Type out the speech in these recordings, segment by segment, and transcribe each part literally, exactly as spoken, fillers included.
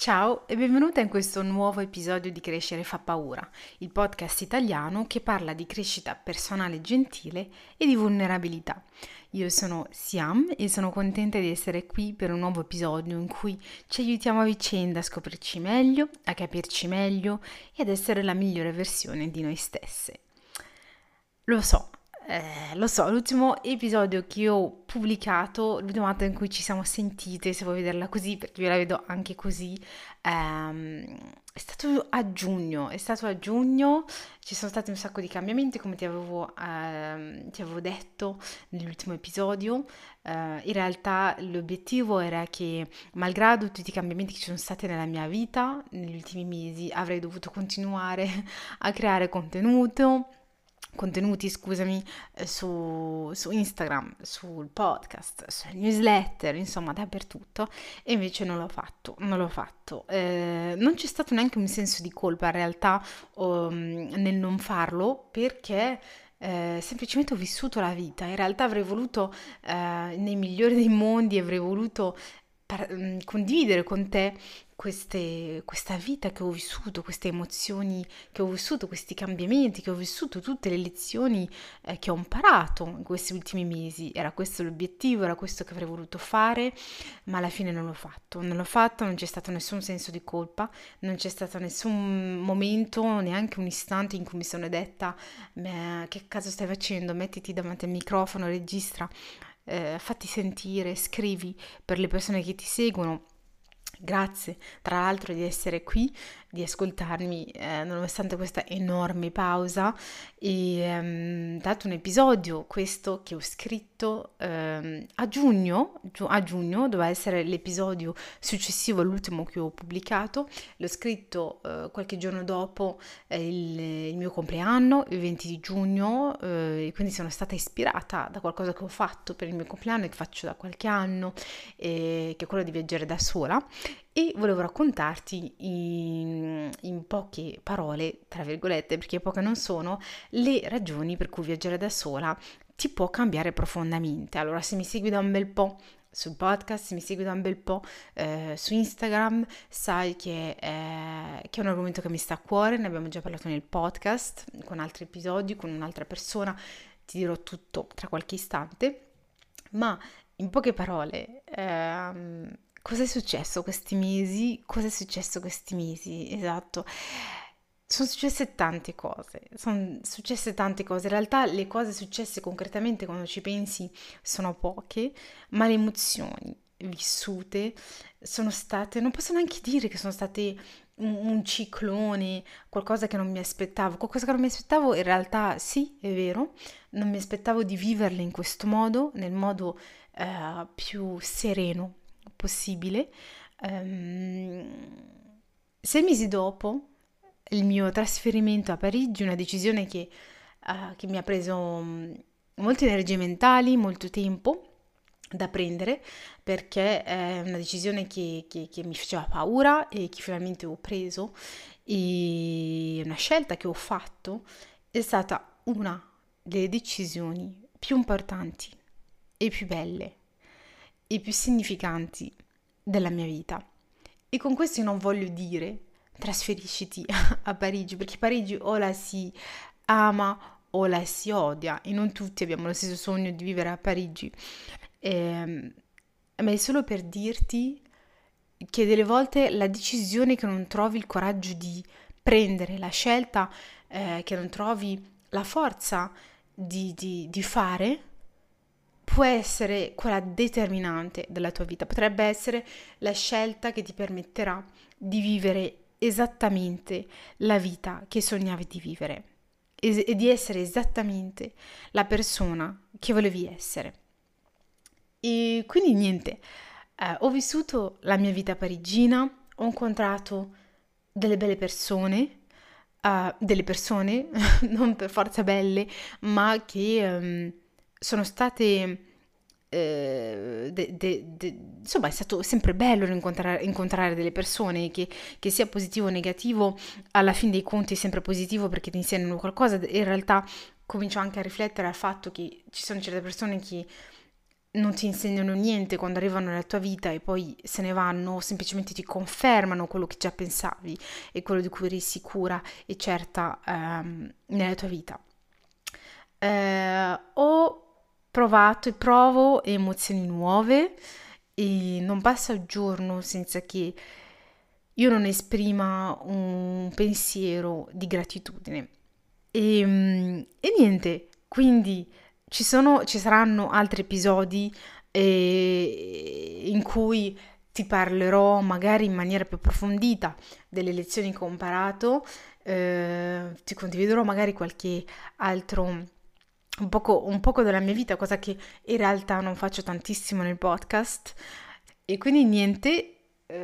Ciao e benvenuta in questo nuovo episodio di Crescere fa paura, il podcast italiano che parla di crescita personale gentile e di vulnerabilità. Io sono Siam e sono contenta di essere qui per un nuovo episodio in cui ci aiutiamo a vicenda a scoprirci meglio, a capirci meglio e ad essere la migliore versione di noi stesse. Lo so, eh, lo so, l'ultimo episodio che ho pubblicato, l'ultima volta in cui ci siamo sentite, se vuoi vederla così, perché io la vedo anche così, ehm, è stato a giugno, è stato a giugno, ci sono stati un sacco di cambiamenti, come ti avevo, ehm, ti avevo detto nell'ultimo episodio. Eh, in realtà l'obiettivo era che, malgrado tutti i cambiamenti che ci sono stati nella mia vita negli ultimi mesi, avrei dovuto continuare a creare contenuto contenuti, scusami, eh, su, su Instagram, sul podcast, sul newsletter, insomma dappertutto, e invece non l'ho fatto, non l'ho fatto. Eh, non c'è stato neanche un senso di colpa in realtà um, nel non farlo, perché eh, semplicemente ho vissuto la vita. In realtà avrei voluto, eh, nei migliori dei mondi, avrei voluto par- mm, condividere con te queste, questa vita che ho vissuto, queste emozioni che ho vissuto, questi cambiamenti che ho vissuto, tutte le lezioni eh, che ho imparato in questi ultimi mesi. Era questo l'obiettivo, era questo che avrei voluto fare, ma alla fine non l'ho fatto. Non l'ho fatto, non c'è stato nessun senso di colpa, non c'è stato nessun momento, neanche un istante in cui mi sono detta: "Beh, che caso stai facendo? Mettiti davanti al microfono, registra, eh, fatti sentire, scrivi per le persone che ti seguono." Grazie, tra l'altro, di essere qui, di ascoltarmi, eh, nonostante questa enorme pausa. E ehm, dato un episodio, questo che ho scritto ehm, a giugno, giu- a giugno, doveva essere l'episodio successivo all'ultimo che ho pubblicato. L'ho scritto eh, qualche giorno dopo eh, il, il mio compleanno, il venti di giugno, eh, e quindi sono stata ispirata da qualcosa che ho fatto per il mio compleanno e che faccio da qualche anno, eh, che è quello di viaggiare da sola. E volevo raccontarti in, in poche parole, tra virgolette, perché poche non sono, le ragioni per cui viaggiare da sola ti può cambiare profondamente. Allora, se mi segui da un bel po' sul podcast, se mi segui da un bel po' eh, su Instagram, sai che, eh, che è un argomento che mi sta a cuore. Ne abbiamo già parlato nel podcast, con altri episodi, con un'altra persona. Ti dirò tutto tra qualche istante, ma in poche parole, ehm, cosa è successo questi mesi? Cosa è successo questi mesi? Esatto. Sono successe tante cose, sono successe tante cose. In realtà le cose successe concretamente quando ci pensi sono poche, ma le emozioni vissute sono state, non posso neanche dire che sono state un, un ciclone, qualcosa che non mi aspettavo. Qualcosa che non mi aspettavo, in realtà sì, è vero, non mi aspettavo di viverle in questo modo, nel modo eh, più sereno possibile. Ehm, sei mesi dopo il mio trasferimento a Parigi, una decisione che, eh, che mi ha preso mm, molte energie mentali, molto tempo da prendere, perché è una decisione che, che- che mi faceva paura e che finalmente ho preso, e una scelta che ho fatto è stata una delle decisioni più importanti e più belle e più significanti della mia vita. E con questo io non voglio dire trasferisciti a Parigi, perché Parigi o la si ama o la si odia, e non tutti abbiamo lo stesso sogno di vivere a Parigi. Ehm, ma è solo per dirti che delle volte la decisione che non trovi il coraggio di prendere, la scelta eh, che non trovi la forza di, di, di fare, può essere quella determinante della tua vita, potrebbe essere la scelta che ti permetterà di vivere esattamente la vita che sognavi di vivere e, e di essere esattamente la persona che volevi essere. E quindi niente, eh, ho vissuto la mia vita parigina, ho incontrato delle belle persone, eh, delle persone non per forza belle, ma che ehm, sono state eh, de- de- de- insomma, è stato sempre bello incontrare, incontrare delle persone che, che sia positivo o negativo, alla fine dei conti è sempre positivo perché ti insegnano qualcosa. In realtà comincio anche a riflettere al fatto che ci sono certe persone che non ti insegnano niente quando arrivano nella tua vita e poi se ne vanno, o semplicemente ti confermano quello che già pensavi e quello di cui eri sicura e certa ehm, nella tua vita. Eh, ho provato e provo emozioni nuove e non passa un giorno senza che io non esprima un pensiero di gratitudine. E, mm, e niente, quindi ci sono, ci saranno altri episodi eh, in cui ti parlerò magari in maniera più approfondita delle lezioni che ho imparato, eh, ti condividerò magari qualche altro, un poco, un poco della mia vita, cosa che in realtà non faccio tantissimo nel podcast. E quindi niente,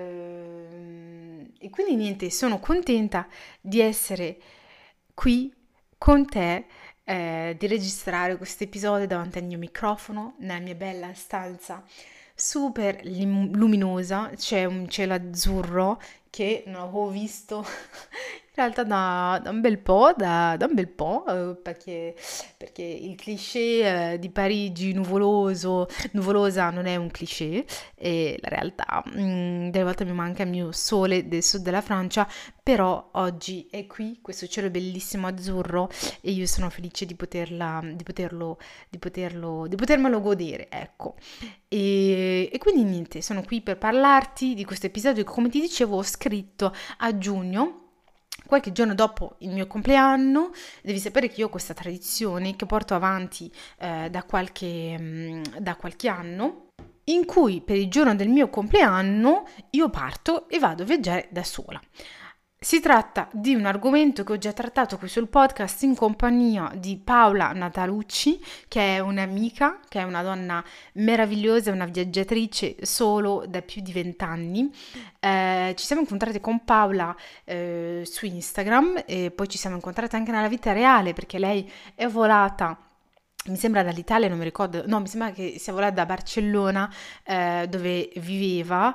ehm, e quindi niente, sono contenta di essere qui con te, eh, di registrare questo episodio davanti al mio microfono, nella mia bella stanza super lim- luminosa. C'è un cielo azzurro che non avevo visto in realtà da, da un bel po', da, da un bel po', eh, perché, perché il cliché eh, di Parigi nuvoloso, nuvolosa non è un cliché, e la realtà, mm, delle volte mi manca il mio sole del sud della Francia, però oggi è qui questo cielo bellissimo azzurro e io sono felice di poterla, di poterlo, di poterlo, di potermelo godere, ecco. E, e quindi niente, sono qui per parlarti di questo episodio che, come ti dicevo, ho scritto a giugno, qualche giorno dopo il mio compleanno. Devi sapere che io ho questa tradizione che porto avanti eh, da qualche, mm, da qualche anno, in cui per il giorno del mio compleanno io parto e vado a viaggiare da sola. Si tratta di un argomento che ho già trattato qui sul podcast in compagnia di Paola Natalucci, che è un'amica, che è una donna meravigliosa, una viaggiatrice solo da più di vent'anni. Eh, ci siamo incontrate con Paola eh, su Instagram e poi ci siamo incontrate anche nella vita reale, perché lei è volata, mi sembra dall'Italia, non mi ricordo, no, mi sembra che sia volata da Barcellona, eh, dove viveva,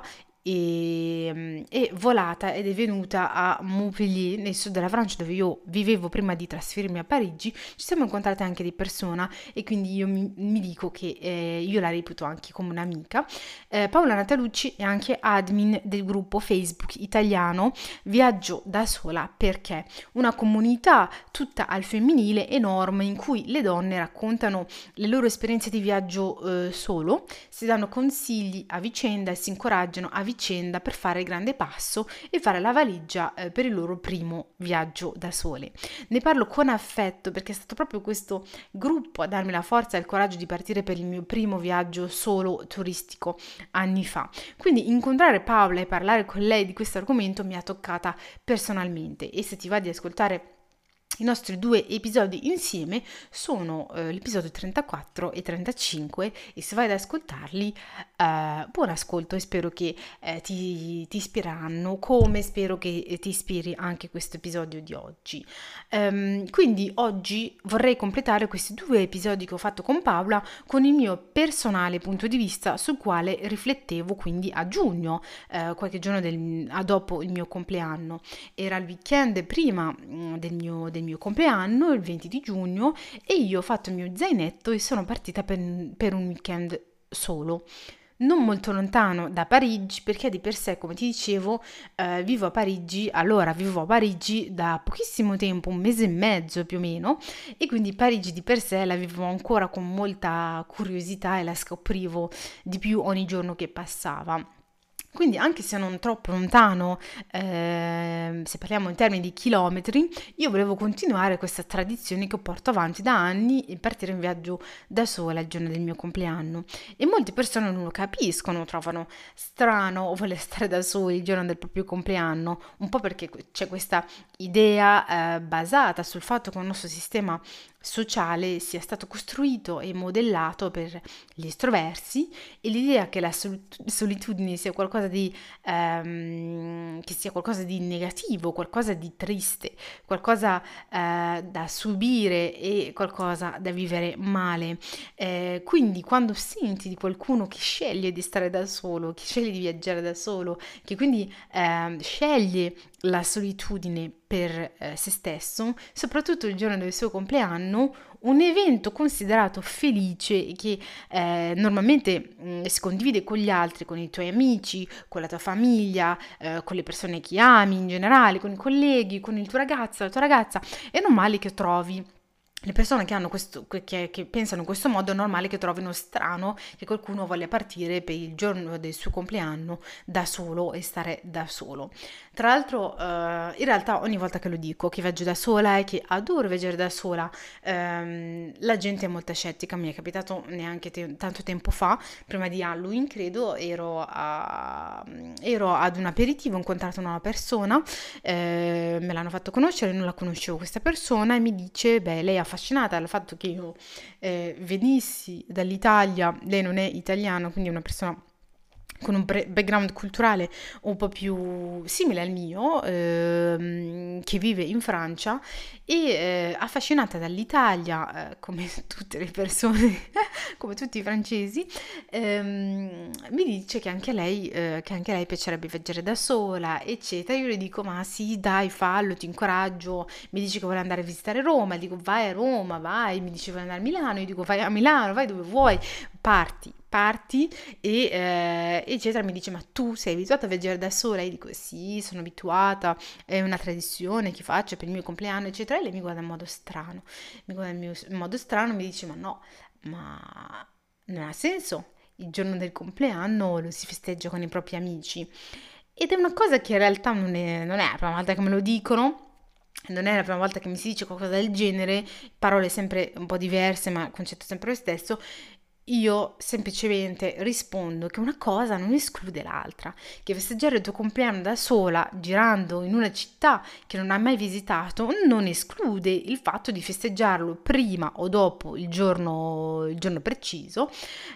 e, è volata ed è venuta a Montpellier, nel sud della Francia, dove io vivevo prima di trasferirmi a Parigi. Ci siamo incontrate anche di persona e quindi io mi, mi dico che eh, io la reputo anche come un'amica. Eh, Paola Natalucci è anche admin del gruppo Facebook italiano Viaggio da sola perché, una comunità tutta al femminile enorme in cui le donne raccontano le loro esperienze di viaggio eh, solo, si danno consigli a vicenda e si incoraggiano a vicenda per fare il grande passo e fare la valigia eh, per il loro primo viaggio da sole. Ne parlo con affetto perché è stato proprio questo gruppo a darmi la forza e il coraggio di partire per il mio primo viaggio solo turistico anni fa. Quindi incontrare Paola e parlare con lei di questo argomento mi ha toccata personalmente, e se ti va di ascoltare i nostri due episodi insieme sono eh, l'episodio trentaquattro e trentacinque, e se vai ad ascoltarli eh, buon ascolto, e spero che eh, ti, ti ispireranno, come spero che eh, ti ispiri anche questo episodio di oggi. Um, quindi oggi vorrei completare questi due episodi che ho fatto con Paola con il mio personale punto di vista, sul quale riflettevo quindi a giugno, eh, qualche giorno del, a dopo il mio compleanno. Era il weekend prima mh, del mio, del mio compleanno, il venti di giugno, e io ho fatto il mio zainetto e sono partita per, per un weekend solo, non molto lontano da Parigi, perché di per sé, come ti dicevo, eh, vivo a Parigi, allora vivo a Parigi da pochissimo tempo, un mese e mezzo più o meno, e quindi Parigi di per sé la vivo ancora con molta curiosità e la scoprivo di più ogni giorno che passava. Quindi anche se non troppo lontano, eh, se parliamo in termini di chilometri, io volevo continuare questa tradizione che porto avanti da anni e partire in viaggio da sola il giorno del mio compleanno. E molte persone non lo capiscono, trovano strano voler stare da soli il giorno del proprio compleanno, un po' perché c'è questa idea eh, basata sul fatto che il nostro sistema sociale sia stato costruito e modellato per gli estroversi, e l'idea che la solitudine sia qualcosa di ehm, che sia qualcosa di negativo, qualcosa di triste, qualcosa eh, da subire e qualcosa da vivere male. Eh, quindi quando senti di qualcuno che sceglie di stare da solo, che sceglie di viaggiare da solo, che quindi eh, sceglie la solitudine per eh, se stesso, soprattutto il giorno del suo compleanno, un evento considerato felice che eh, normalmente mh, si condivide con gli altri, con i tuoi amici, con la tua famiglia, eh, con le persone che ami in generale, con i colleghi, con il tuo ragazzo, la tua ragazza, è normale che trovi le persone che hanno questo, che, che pensano in questo modo. È normale che trovino strano che qualcuno voglia partire per il giorno del suo compleanno da solo e stare da solo. Tra l'altro, eh, in realtà ogni volta che lo dico, che viaggio da sola e che adoro viaggiare da sola, ehm, la gente è molto scettica. Mi è capitato neanche te- tanto tempo fa, prima di Halloween, credo, ero, a, ero ad un aperitivo, ho incontrato una persona, eh, me l'hanno fatto conoscere, non la conoscevo questa persona, e mi dice, beh, lei è affascinata dal fatto che io eh, venissi dall'Italia. Lei non è italiana, quindi è una persona con un pre- background culturale un po' più simile al mio, ehm, che vive in Francia, e eh, affascinata dall'Italia, eh, come tutte le persone, come tutti i francesi, ehm, mi dice che anche lei, eh, che anche lei piacerebbe viaggiare da sola, eccetera. Io le dico, ma sì, dai, fallo, ti incoraggio. Mi dice che vuole andare a visitare Roma, dico, vai a Roma, vai. Mi dice, vuole andare a Milano, io dico, vai a Milano, vai dove vuoi, parti. Parti e eh, eccetera. Mi dice, ma tu sei abituata a viaggiare da sola? Io dico, sì, sono abituata, è una tradizione che faccio per il mio compleanno, eccetera. E lei mi guarda in modo strano, mi guarda in, mio- in modo strano, mi dice, ma no, ma non ha senso, il giorno del compleanno lo si festeggia con i propri amici. Ed è una cosa che in realtà non è, non è la prima volta che me lo dicono. Non è la prima volta che mi si dice qualcosa del genere, parole sempre un po' diverse, ma il concetto è sempre lo stesso. Io semplicemente rispondo che una cosa non esclude l'altra, che festeggiare il tuo compleanno da sola, girando in una città che non hai mai visitato, non esclude il fatto di festeggiarlo prima o dopo il giorno, il giorno preciso,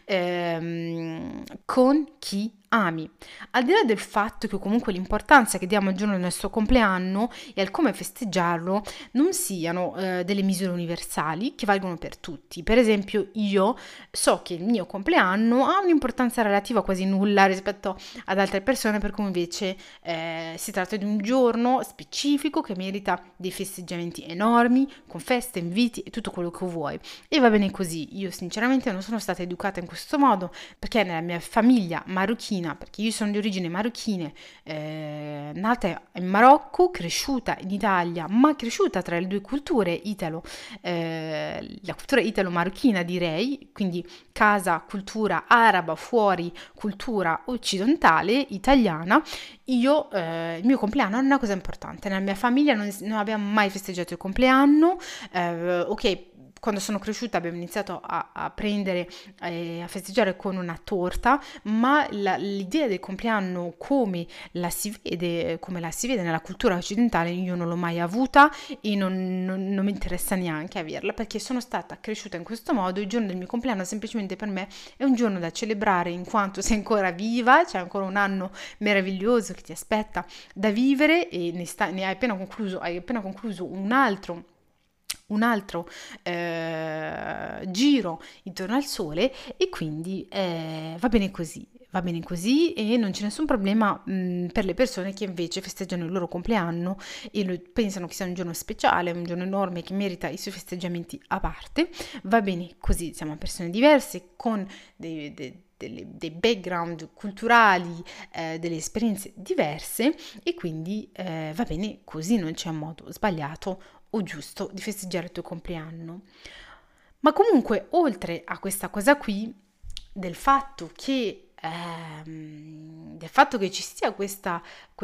ehm, con chi ami. Al di là del fatto che comunque l'importanza che diamo al giorno del nostro compleanno e al come festeggiarlo non siano eh, delle misure universali che valgono per tutti. Per esempio, io so che il mio compleanno ha un'importanza relativa quasi nulla rispetto ad altre persone, per cui invece eh, si tratta di un giorno specifico che merita dei festeggiamenti enormi, con feste, inviti e tutto quello che vuoi. E va bene così. Io sinceramente non sono stata educata in questo modo, perché nella mia famiglia marocchina, perché io sono di origini marocchine, eh, nata in Marocco, cresciuta in Italia, ma cresciuta tra le due culture italo, eh, la cultura italo-marocchina direi, quindi casa cultura araba, fuori cultura occidentale italiana. Io, eh, il mio compleanno è una cosa importante. Nella mia famiglia non, non abbiamo mai festeggiato il compleanno, eh, ok. Quando sono cresciuta abbiamo iniziato a, a prendere, eh, a festeggiare con una torta, ma la- l'idea del compleanno come la si vede, come la si vede nella cultura occidentale, io non l'ho mai avuta e non, non- non mi interessa neanche averla, perché sono stata cresciuta in questo modo. Il giorno del mio compleanno semplicemente per me è un giorno da celebrare in quanto sei ancora viva, c'è ancora un anno meraviglioso che ti aspetta da vivere, e ne, sta- ne hai appena concluso, hai appena concluso un altro un altro eh, giro intorno al sole, e quindi eh, va bene così. Va bene così e non c'è nessun problema mh, per le persone che invece festeggiano il loro compleanno e lo, pensano che sia un giorno speciale, un giorno enorme che merita i suoi festeggiamenti a parte. Va bene così, siamo persone diverse con dei, dei, delle- dei background culturali, eh, delle esperienze diverse, e quindi eh, va bene così, non c'è un modo sbagliato o giusto di festeggiare il tuo compleanno. Ma comunque, oltre a questa cosa qui, del fatto che, ehm, del fatto che ci sia questa,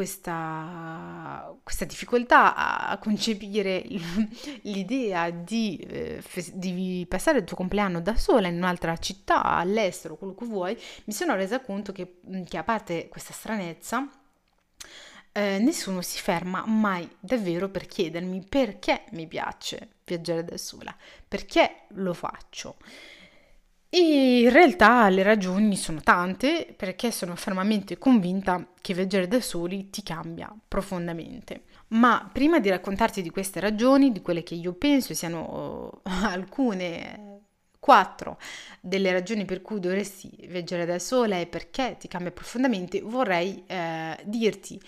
questa, questa difficoltà a, a concepire l'idea di, eh, fes- di passare il tuo compleanno da sola in un'altra città, all'estero, quello che vuoi, mi sono resa conto che, che a parte questa stranezza, eh, nessuno si ferma mai davvero per chiedermi perché mi piace viaggiare da sola, perché lo faccio. E in realtà le ragioni sono tante, perché sono fermamente convinta che viaggiare da soli ti cambia profondamente. Ma prima di raccontarti di queste ragioni, di quelle che io penso siano eh, alcune, quattro delle ragioni per cui dovresti viaggiare da sola e perché ti cambia profondamente, vorrei eh, dirti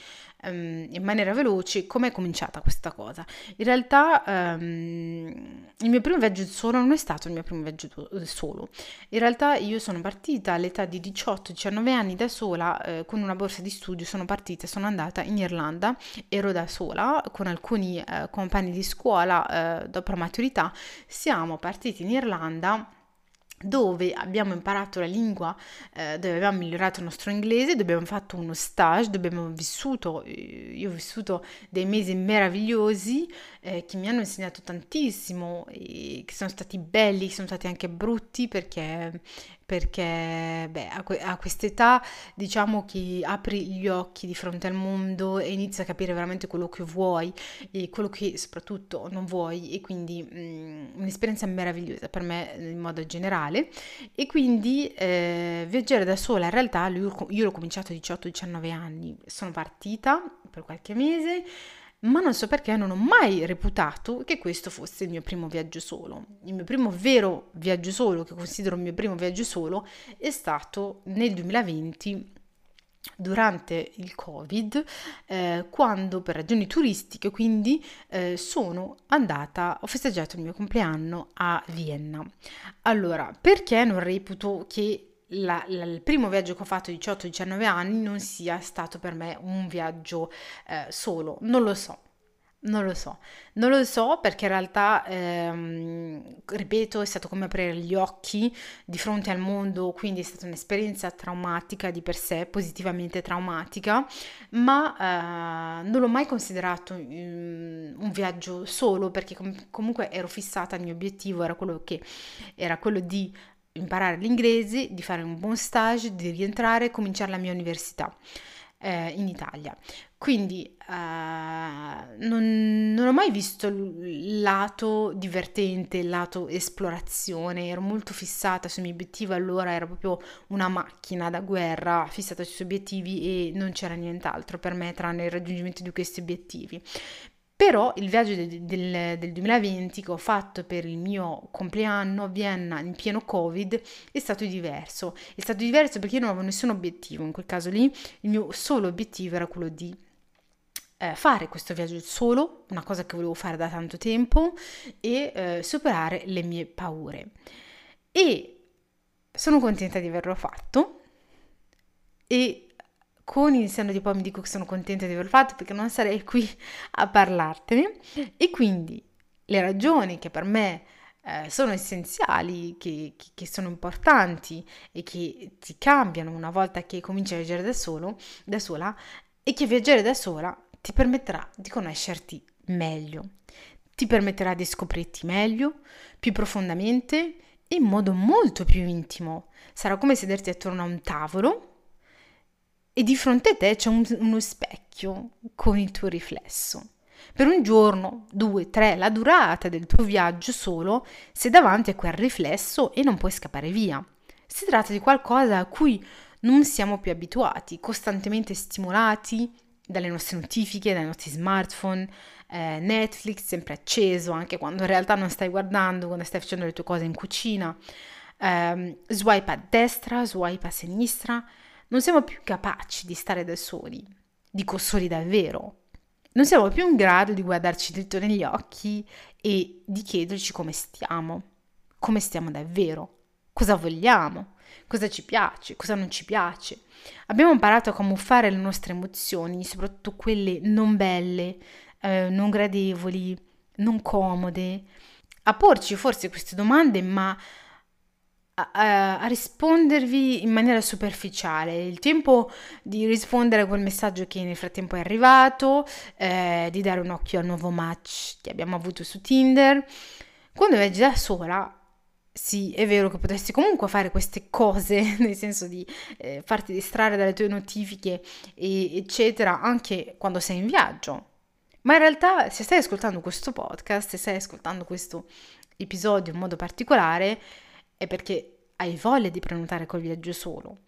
um, in maniera veloce come è cominciata questa cosa. In realtà um, il mio primo viaggio solo non è stato il mio primo viaggio solo. In realtà io sono partita all'età di diciotto diciannove anni da sola, eh, con una borsa di studio sono partita, sono andata in Irlanda, ero da sola con alcuni eh, compagni di scuola, eh, dopo la maturità siamo partiti in Irlanda, dove abbiamo imparato la lingua, eh, dove abbiamo migliorato il nostro inglese, dove abbiamo fatto uno stage, dove abbiamo vissuto, io ho vissuto dei mesi meravigliosi eh, che mi hanno insegnato tantissimo, e che sono stati belli, che sono stati anche brutti, perché, perché beh, a, que- a quest'età diciamo che apri gli occhi di fronte al mondo e inizi a capire veramente quello che vuoi e quello che soprattutto non vuoi, e quindi mh, un'esperienza meravigliosa per me in modo generale. E quindi eh, viaggiare da sola in realtà io, io l'ho cominciato a diciotto diciannove anni, sono partita per qualche mese, ma non so perché non ho mai reputato che questo fosse il mio primo viaggio solo. Il mio primo vero viaggio solo, che considero il mio primo viaggio solo, è stato nel duemilaventi, durante il Covid, eh, quando per ragioni turistiche quindi eh, sono andata, ho festeggiato il mio compleanno a Vienna. Allora, perché non reputo che la, la, il primo viaggio che ho fatto a diciotto diciannove anni non sia stato per me un viaggio eh, solo? Non lo so. Non lo so, non lo so perché in realtà, ehm, ripeto, è stato come aprire gli occhi di fronte al mondo, quindi è stata un'esperienza traumatica di per sé, positivamente traumatica, ma eh, non l'ho mai considerato um, un viaggio solo, perché com- comunque ero fissata, il mio obiettivo era quello che era quello di imparare l'inglese, di fare un buon stage, di rientrare e cominciare la mia università eh, in Italia. Quindi uh, non, non ho mai visto il lato divertente, il lato esplorazione, ero molto fissata sui miei obiettivi, allora ero proprio una macchina da guerra fissata sui suoi obiettivi e non c'era nient'altro per me tranne il raggiungimento di questi obiettivi. Però il viaggio del, del, del duemilaventi che ho fatto per il mio compleanno a Vienna in pieno Covid è stato diverso. È stato diverso perché io non avevo nessun obiettivo in quel caso lì, il mio solo obiettivo era quello di eh, fare questo viaggio solo, una cosa che volevo fare da tanto tempo, e eh, superare le mie paure. E sono contenta di averlo fatto, e con il senno di poi mi dico che sono contenta di averlo fatto perché non sarei qui a parlartene. E quindi le ragioni che per me eh, sono essenziali, che, che, che sono importanti e che ti cambiano una volta che cominci a viaggiare da solo, da sola, e che viaggiare da sola ti permetterà di conoscerti meglio, ti permetterà di scoprirti meglio, più profondamente e in modo molto più intimo. Sarà come sederti attorno a un tavolo e di fronte a te c'è un, uno specchio con il tuo riflesso. Per un giorno, due, tre, la durata del tuo viaggio solo, sei davanti a quel riflesso e non puoi scappare via. Si tratta di qualcosa a cui non siamo più abituati, costantemente stimolati dalle nostre notifiche, dai nostri smartphone, eh, Netflix sempre acceso, anche quando in realtà non stai guardando, quando stai facendo le tue cose in cucina, eh, swipe a destra, swipe a sinistra. Non siamo più capaci di stare da soli, dico soli davvero. Non siamo più in grado di guardarci dritto negli occhi e di chiederci come stiamo, come stiamo davvero, cosa vogliamo, cosa ci piace, cosa non ci piace. Abbiamo imparato a camuffare le nostre emozioni, soprattutto quelle non belle, eh, non gradevoli, non comode, a porci forse queste domande, ma A, a- a rispondervi in maniera superficiale. Il tempo di rispondere a quel messaggio che nel frattempo è arrivato, eh, di dare un occhio al nuovo match che abbiamo avuto su Tinder. Quando viaggi da sola, sì, è vero che potresti comunque fare queste cose, nel senso di eh, farti distrarre dalle tue notifiche, e, eccetera, anche quando sei in viaggio. Ma in realtà, se stai ascoltando questo podcast, se stai ascoltando questo episodio in modo particolare, è perché hai voglia di prenotare quel viaggio solo.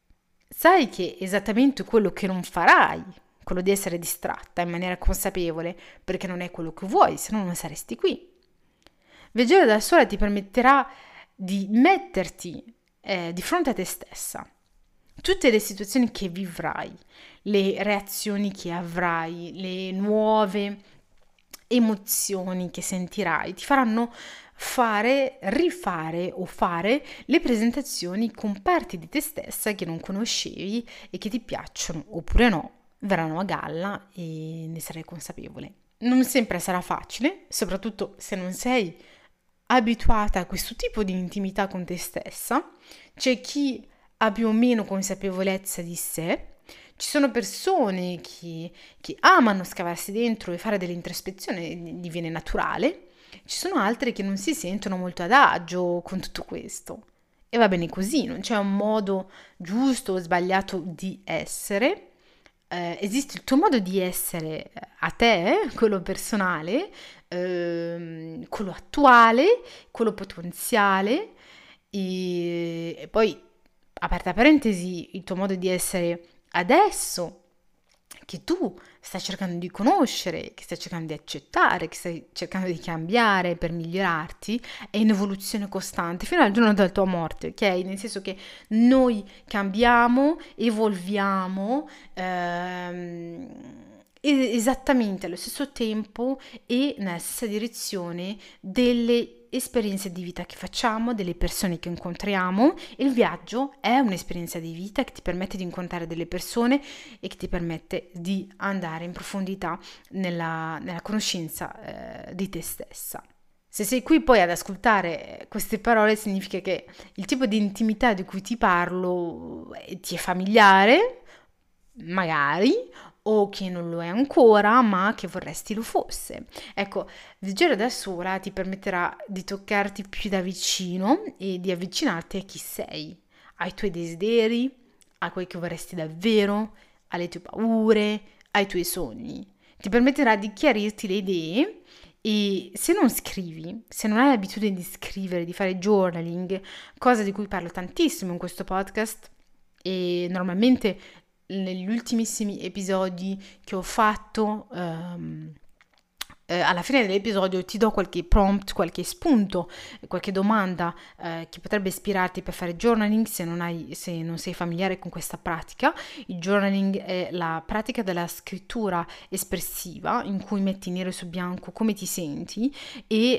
Sai che è esattamente quello che non farai, quello di essere distratta in maniera consapevole, perché non è quello che vuoi, se no non saresti qui. Viaggiare da sola ti permetterà di metterti eh, di fronte a te stessa, tutte le situazioni che vivrai, le reazioni che avrai, le nuove emozioni che sentirai, ti faranno fare, rifare o fare le presentazioni con parti di te stessa che non conoscevi e che ti piacciono oppure no, verranno a galla e ne sarai consapevole. Non sempre sarà facile, soprattutto se non sei abituata a questo tipo di intimità con te stessa. C'è chi ha più o meno consapevolezza di sé. Ci sono persone che, che amano scavarsi dentro e fare dell'introspezione, gli viene naturale. Ci sono altre che non si sentono molto ad agio con tutto questo. E va bene così, non c'è un modo giusto o sbagliato di essere. Eh, esiste il tuo modo di essere a te, quello personale, ehm, quello attuale, quello potenziale e, e poi, aperta parentesi, il tuo modo di essere adesso, che tu stai cercando di conoscere, che stai cercando di accettare, che stai cercando di cambiare per migliorarti, è in evoluzione costante fino al giorno della tua morte, ok? Nel senso che noi cambiamo, evolviamo ehm, esattamente allo stesso tempo e nella stessa direzione delle esperienze di vita che facciamo, delle persone che incontriamo. Il viaggio è un'esperienza di vita che ti permette di incontrare delle persone e che ti permette di andare in profondità nella, nella conoscenza eh, di te stessa. Se sei qui poi ad ascoltare queste parole, significa che il tipo di intimità di cui ti parlo ti è familiare, magari, o che non lo è ancora, ma che vorresti lo fosse. Ecco, viaggiare da sola ti permetterà di toccarti più da vicino e di avvicinarti a chi sei, ai tuoi desideri, a quel che vorresti davvero, alle tue paure, ai tuoi sogni. Ti permetterà di chiarirti le idee e se non scrivi, se non hai l'abitudine di scrivere, di fare journaling, cosa di cui parlo tantissimo in questo podcast e normalmente negli ultimissimi episodi che ho fatto, um, eh, alla fine dell'episodio ti do qualche prompt, qualche spunto, qualche domanda eh, che potrebbe ispirarti per fare journaling se non, hai, se non sei familiare con questa pratica. Il journaling è la pratica della scrittura espressiva in cui metti nero su bianco come ti senti e,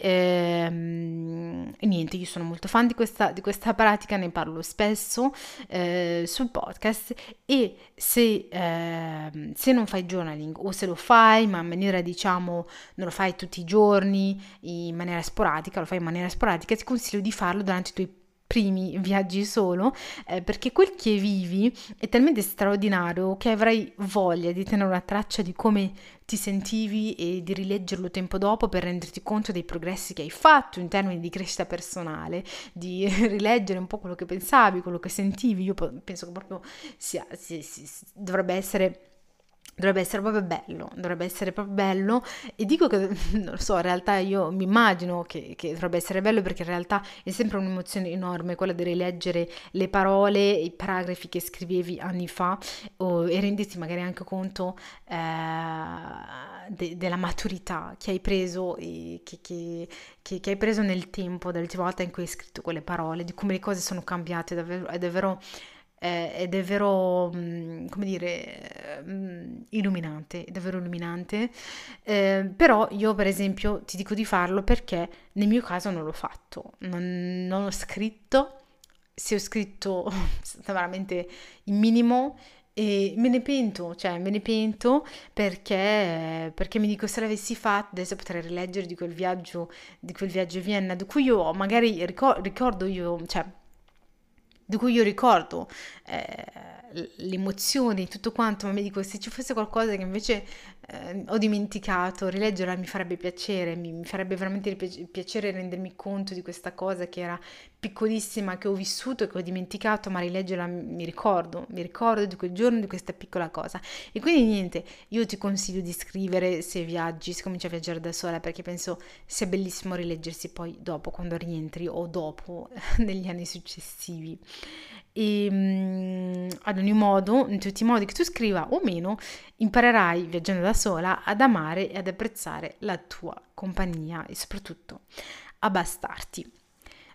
ehm, e niente, io sono molto fan di questa, di questa pratica, ne parlo spesso eh, sul podcast e se, eh, se non fai journaling o se lo fai ma in maniera diciamo non lo fai tutti i giorni in maniera sporadica, lo fai in maniera sporadica, ti consiglio di farlo durante i tuoi primi viaggi solo, eh, perché quel che vivi è talmente straordinario che avrai voglia di tenere una traccia di come ti sentivi e di rileggerlo tempo dopo per renderti conto dei progressi che hai fatto in termini di crescita personale, di rileggere un po' quello che pensavi, quello che sentivi. Io penso che proprio sia, sia, sia, dovrebbe essere Dovrebbe essere proprio bello, dovrebbe essere proprio bello e dico che, non lo so, in realtà io mi immagino che, che dovrebbe essere bello perché in realtà è sempre un'emozione enorme quella di rileggere le parole, i paragrafi che scrivevi anni fa o, e renderti magari anche conto eh, de, della maturità che hai preso e che, che, che, che hai preso nel tempo, dall'ultima volta in cui hai scritto quelle parole, di come le cose sono cambiate, davvero, è davvero... Eh, ed è vero, mh, come dire, mh, illuminante, è davvero illuminante, eh, però io per esempio ti dico di farlo perché nel mio caso non l'ho fatto, non, non ho scritto, se ho scritto è veramente il minimo e me ne pento, cioè me ne pento perché, perché mi dico se l'avessi fatto adesso potrei rileggere di quel viaggio, di quel viaggio a Vienna, di cui io magari ricor- ricordo io, cioè di cui io ricordo eh, le emozioni, tutto quanto, ma mi dico se ci fosse qualcosa che invece eh, ho dimenticato, rileggerla mi farebbe piacere, mi, mi farebbe veramente pi- piacere rendermi conto di questa cosa che era piccolissima, che ho vissuto e che ho dimenticato, ma rileggerla mi ricordo, mi ricordo di quel giorno, di questa piccola cosa. E quindi niente, io ti consiglio di scrivere se viaggi, se cominci a viaggiare da sola, perché penso sia bellissimo rileggersi poi dopo, quando rientri o dopo, negli anni successivi. E mh, ad ogni modo, in tutti i modi che tu scriva o meno, imparerai viaggiando da sola ad amare e ad apprezzare la tua compagnia e soprattutto a bastarti.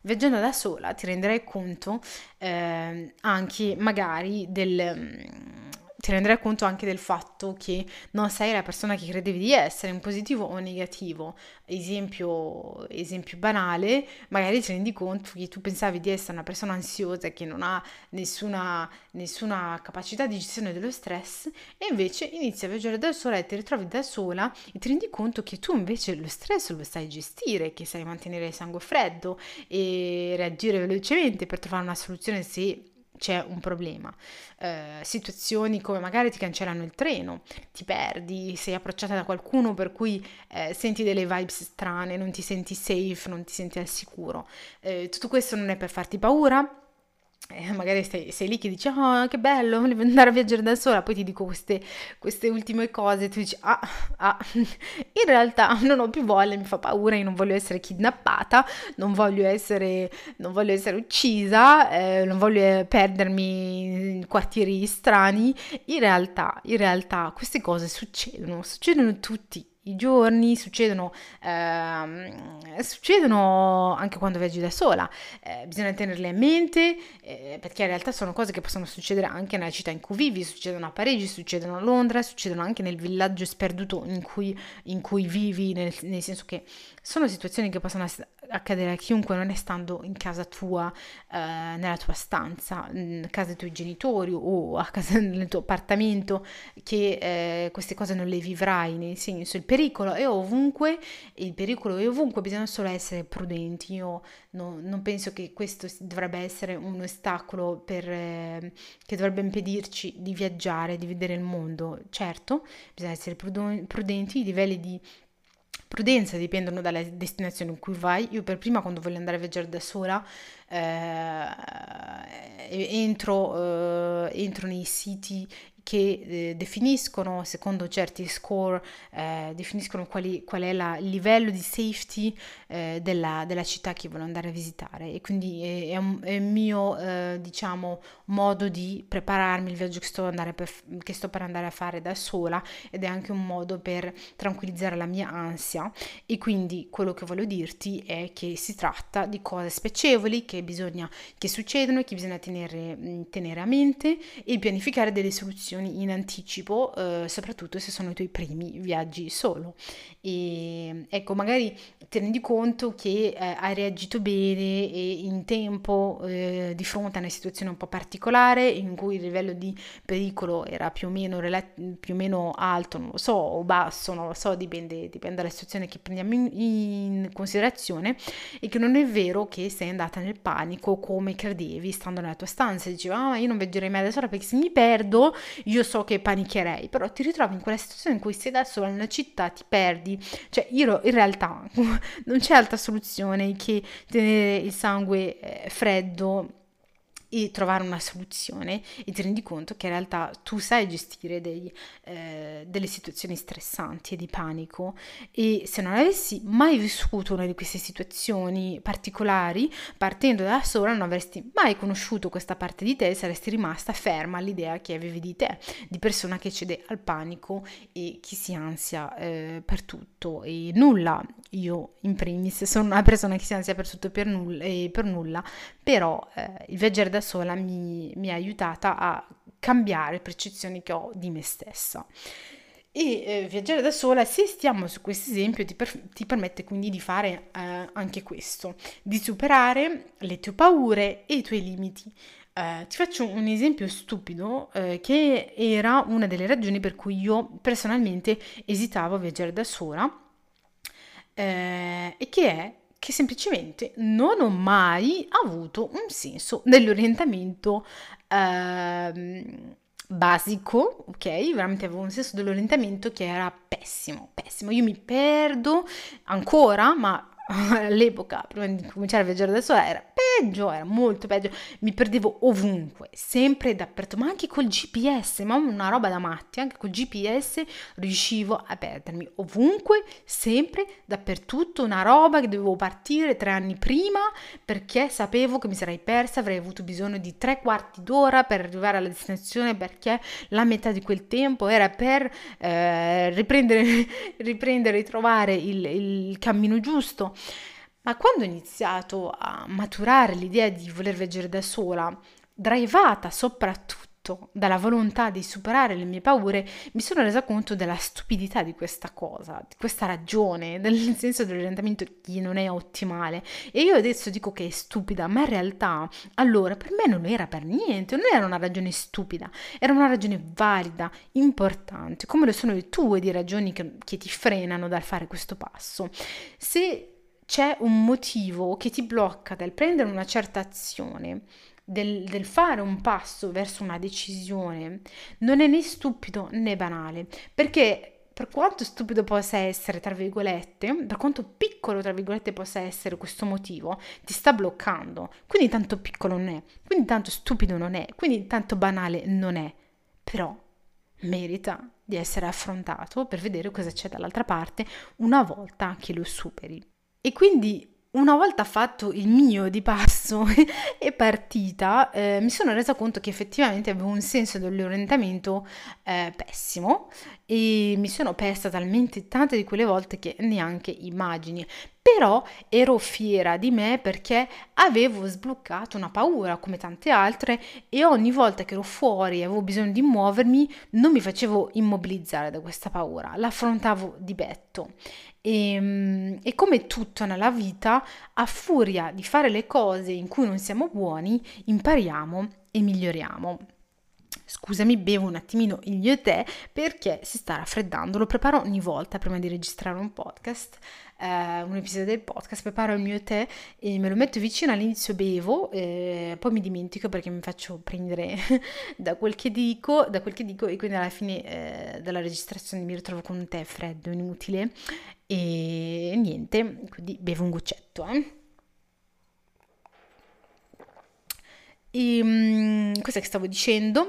Viaggiando da sola ti renderai conto eh, anche magari del... Ti renderai conto anche del fatto che non sei la persona che credevi di essere, in positivo o negativo. Esempio, esempio banale, magari ti rendi conto che tu pensavi di essere una persona ansiosa che non ha nessuna, nessuna capacità di gestione dello stress e invece inizi a viaggiare da sola e ti ritrovi da sola e ti rendi conto che tu invece lo stress lo sai gestire, che sai mantenere il sangue freddo e reagire velocemente per trovare una soluzione se c'è un problema. Eh, situazioni come magari ti cancellano il treno, ti perdi, sei approcciata da qualcuno per cui eh, senti delle vibes strane, non ti senti safe, non ti senti al sicuro. Eh, tutto questo non è per farti paura. Eh, magari sei, sei lì che dici, oh che bello, volevo andare a viaggiare da sola, poi ti dico queste, queste ultime cose, tu dici, ah, ah, in realtà non ho più voglia, mi fa paura, io non voglio essere kidnappata, non voglio essere, non voglio essere uccisa, eh, non voglio perdermi in quartieri strani. In realtà, in realtà queste cose succedono, succedono tutti i giorni, succedono, ehm, succedono anche quando viaggi da sola, eh, bisogna tenerle a mente eh, perché in realtà sono cose che possono succedere anche nella città in cui vivi, succedono a Parigi, succedono a Londra, succedono anche nel villaggio sperduto in cui, in cui vivi, nel, nel senso che sono situazioni che possono accadere a chiunque non è stando in casa tua, eh, nella tua stanza, in casa dei tuoi genitori o a casa nel tuo appartamento, che eh, queste cose non le vivrai, nel senso il pericolo è ovunque, il pericolo è ovunque, bisogna solo essere prudenti. Io no, non penso che questo dovrebbe essere un ostacolo per, eh, che dovrebbe impedirci di viaggiare, di vedere il mondo. Certo, bisogna essere prudo- prudenti, i livelli di prudenza dipendono dalla destinazione in cui vai. Io per prima quando voglio andare a viaggiare da sola eh, entro, eh, entro nei siti che eh, definiscono, secondo certi score, eh, definiscono quali, qual è la, il livello di safety eh, della, della città che voglio andare a visitare e quindi è, è, un, è il mio, eh, diciamo, modo di prepararmi il viaggio che sto, andare per, che sto per andare a fare da sola ed è anche un modo per tranquillizzare la mia ansia e quindi quello che voglio dirti è che si tratta di cose spiacevoli che bisogna, che succedono e che bisogna tenere, tenere a mente e pianificare delle soluzioni in anticipo, eh, soprattutto se sono i tuoi primi viaggi solo. E ecco, magari ti rendi conto che eh, hai reagito bene e in tempo eh, di fronte a una situazione un po' particolare in cui il livello di pericolo era più o meno, più o meno alto, non lo so, o basso, non lo so, dipende, dipende dalla situazione che prendiamo in, in considerazione e che non è vero che sei andata nel panico come credevi stando nella tua stanza e dicevi, ah, ma io non viaggerei mai da sola perché se mi perdo io so che panicherei, però ti ritrovi in quella situazione in cui sei da sola nella città, ti perdi, cioè io in realtà non c'è altra soluzione che tenere il sangue eh, freddo e trovare una soluzione e ti rendi conto che in realtà tu sai gestire dei, eh, delle situazioni stressanti e di panico e se non avessi mai vissuto una di queste situazioni particolari partendo da sola non avresti mai conosciuto questa parte di te e saresti rimasta ferma all'idea che avevi di te, di persona che cede al panico e che si ansia eh, per tutto e nulla. Io in primis sono una persona che si ansia per tutto e per nulla, e per nulla però eh, il viaggiare da sola mi, mi ha aiutata a cambiare percezioni che ho di me stessa e eh, viaggiare da sola, se stiamo su questo esempio, ti, per, ti permette quindi di fare eh, anche questo, di superare le tue paure e i tuoi limiti. Eh, ti faccio un esempio stupido eh, che era una delle ragioni per cui io personalmente esitavo a viaggiare da sola eh, e che è che semplicemente non ho mai avuto un senso dell'orientamento ehm, basico, ok? Veramente avevo un senso dell'orientamento che era pessimo, pessimo. Io mi perdo ancora, ma all'epoca, prima di cominciare a viaggiare da sola, era peggio, era molto peggio, mi perdevo ovunque, sempre e dappertutto, ma anche col G P S, ma una roba da matti, anche col G P S riuscivo a perdermi ovunque, sempre, dappertutto, una roba che dovevo partire tre anni prima perché sapevo che mi sarei persa, avrei avuto bisogno di tre quarti d'ora per arrivare alla destinazione perché la metà di quel tempo era per eh, riprendere, riprendere e trovare il, il cammino giusto. Ma quando ho iniziato a maturare l'idea di voler viaggiare da sola, drivata soprattutto dalla volontà di superare le mie paure, mi sono resa conto della stupidità di questa cosa, di questa ragione, del senso dell'orientamento che non è ottimale. E io adesso dico che è stupida, ma in realtà allora per me non era per niente, non era una ragione stupida, era una ragione valida, importante, come lo sono le tue di ragioni che, che ti frenano dal fare questo passo. Se c'è un motivo che ti blocca dal prendere una certa azione, del, del fare un passo verso una decisione, non è né stupido né banale, perché per quanto stupido possa essere, tra virgolette, per quanto piccolo, tra virgolette, possa essere questo motivo, ti sta bloccando. Quindi tanto piccolo non è, quindi tanto stupido non è, quindi tanto banale non è. Però merita di essere affrontato per vedere cosa c'è dall'altra parte una volta che lo superi. E quindi una volta fatto il mio di passo e partita, eh, mi sono resa conto che effettivamente avevo un senso dell'orientamento eh, pessimo e mi sono persa talmente tante di quelle volte che neanche immagini. Però ero fiera di me perché avevo sbloccato una paura come tante altre e ogni volta che ero fuori e avevo bisogno di muovermi non mi facevo immobilizzare da questa paura, l'affrontavo di petto. E, e come tutto nella vita, a furia di fare le cose in cui non siamo buoni, impariamo e miglioriamo. Scusami, bevo un attimino il mio tè perché si sta raffreddando. Lo preparo ogni volta prima di registrare un podcast, eh, un episodio del podcast. Preparo il mio tè e me lo metto vicino. All'inizio bevo, eh, poi mi dimentico perché mi faccio prendere da quel che dico, da quel che dico e quindi alla fine eh, della registrazione mi ritrovo con un tè freddo, inutile e niente. Quindi bevo un goccetto, eh. E um, cos'è che stavo dicendo?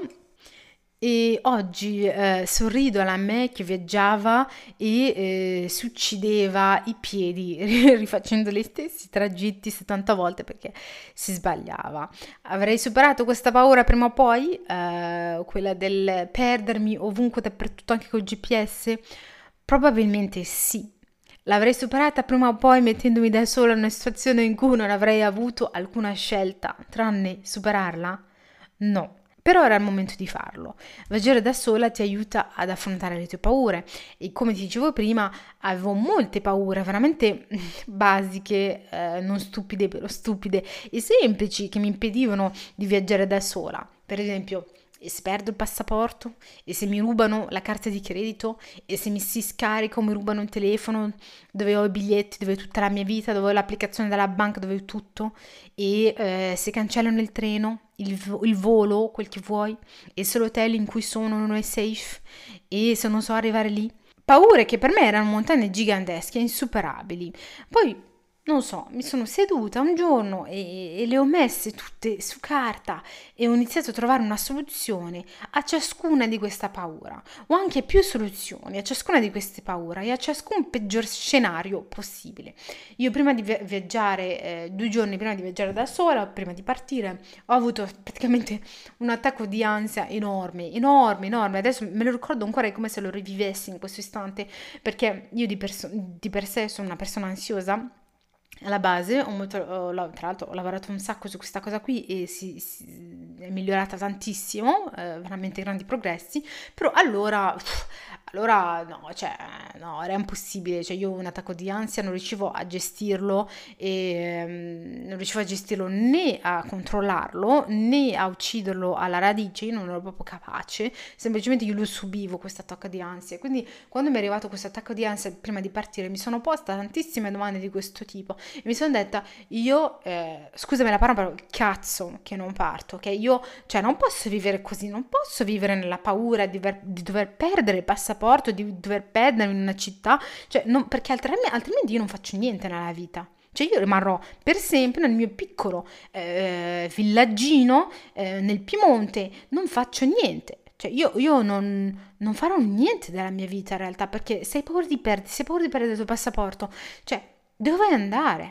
E oggi eh, sorrido alla me che viaggiava e eh, si uccideva i piedi rifacendo gli stessi tragitti settanta volte perché si sbagliava. Avrei superato questa paura prima o poi, eh, quella del perdermi ovunque dappertutto anche col G P S? Probabilmente sì. L'avrei superata prima o poi mettendomi da sola in una situazione in cui non avrei avuto alcuna scelta, tranne superarla? No. Però era il momento di farlo. Viaggiare da sola ti aiuta ad affrontare le tue paure e come ti dicevo prima avevo molte paure veramente basiche, eh, non stupide però stupide e semplici che mi impedivano di viaggiare da sola. Per esempio, e se perdo il passaporto? E se mi rubano la carta di credito? E se mi si scarica o mi rubano il telefono dove ho i biglietti, dove ho tutta la mia vita, dove ho l'applicazione della banca, dove ho tutto? E eh, se cancellano il treno, il, il volo, quel che vuoi? E se l'hotel in cui sono non è safe? E se non so arrivare lì? Paure che per me erano montagne gigantesche, insuperabili. Poi non so, mi sono seduta un giorno e, e le ho messe tutte su carta e ho iniziato a trovare una soluzione a ciascuna di questa paura, o anche più soluzioni a ciascuna di queste paure e a ciascun peggior scenario possibile. Io prima di vi- viaggiare, eh, due giorni prima di viaggiare da sola, prima di partire, ho avuto praticamente un attacco di ansia enorme, enorme, enorme. Adesso me lo ricordo ancora, è come se lo rivivessi in questo istante, perché io di, perso- di per sé sono una persona ansiosa. Alla base, ho molto, ho, tra l'altro ho lavorato un sacco su questa cosa qui e si, si è migliorata tantissimo, eh, veramente grandi progressi, però allora, uff, allora no, cioè no, era impossibile, cioè io un attacco di ansia non riuscivo a gestirlo e um, non riuscivo a gestirlo né a controllarlo né a ucciderlo alla radice, io non ero proprio capace, semplicemente io lo subivo questo attacco di ansia, quindi quando mi è arrivato questo attacco di ansia prima di partire mi sono posta tantissime domande di questo tipo. E mi sono detta, io, eh, scusami la parola, però cazzo che non parto, che io, cioè non posso vivere così, non posso vivere nella paura di, ver- di dover perdere il passaporto, di dover perdermi in una città, cioè non, perché altrimenti, altrimenti io non faccio niente nella vita. Cioè io rimarrò per sempre nel mio piccolo eh, villaggino eh, nel Piemonte, non faccio niente. Cioè io, io non, non farò niente della mia vita in realtà perché se hai paura di perdere, se hai paura di perdere il tuo passaporto, cioè dove vuoi andare?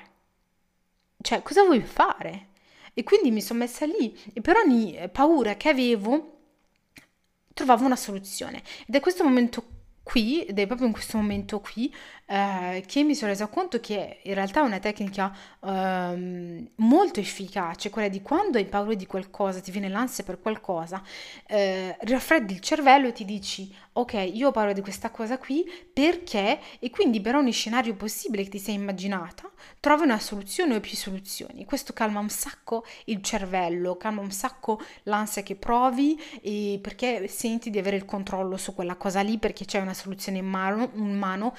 Cioè, cosa vuoi fare? E quindi mi sono messa lì e per ogni paura che avevo trovavo una soluzione. Ed è questo momento qui, ed è proprio in questo momento qui, eh, che mi sono resa conto che in realtà è una tecnica ehm, molto efficace, quella di quando hai paura di qualcosa, ti viene l'ansia per qualcosa, eh, raffreddi il cervello e ti dici, ok, io ho paura di questa cosa qui, perché? E quindi per ogni scenario possibile che ti sei immaginata, trovi una soluzione o più soluzioni. Questo calma un sacco il cervello, calma un sacco l'ansia che provi, e perché senti di avere il controllo su quella cosa lì, perché c'è una soluzione in mano, in mano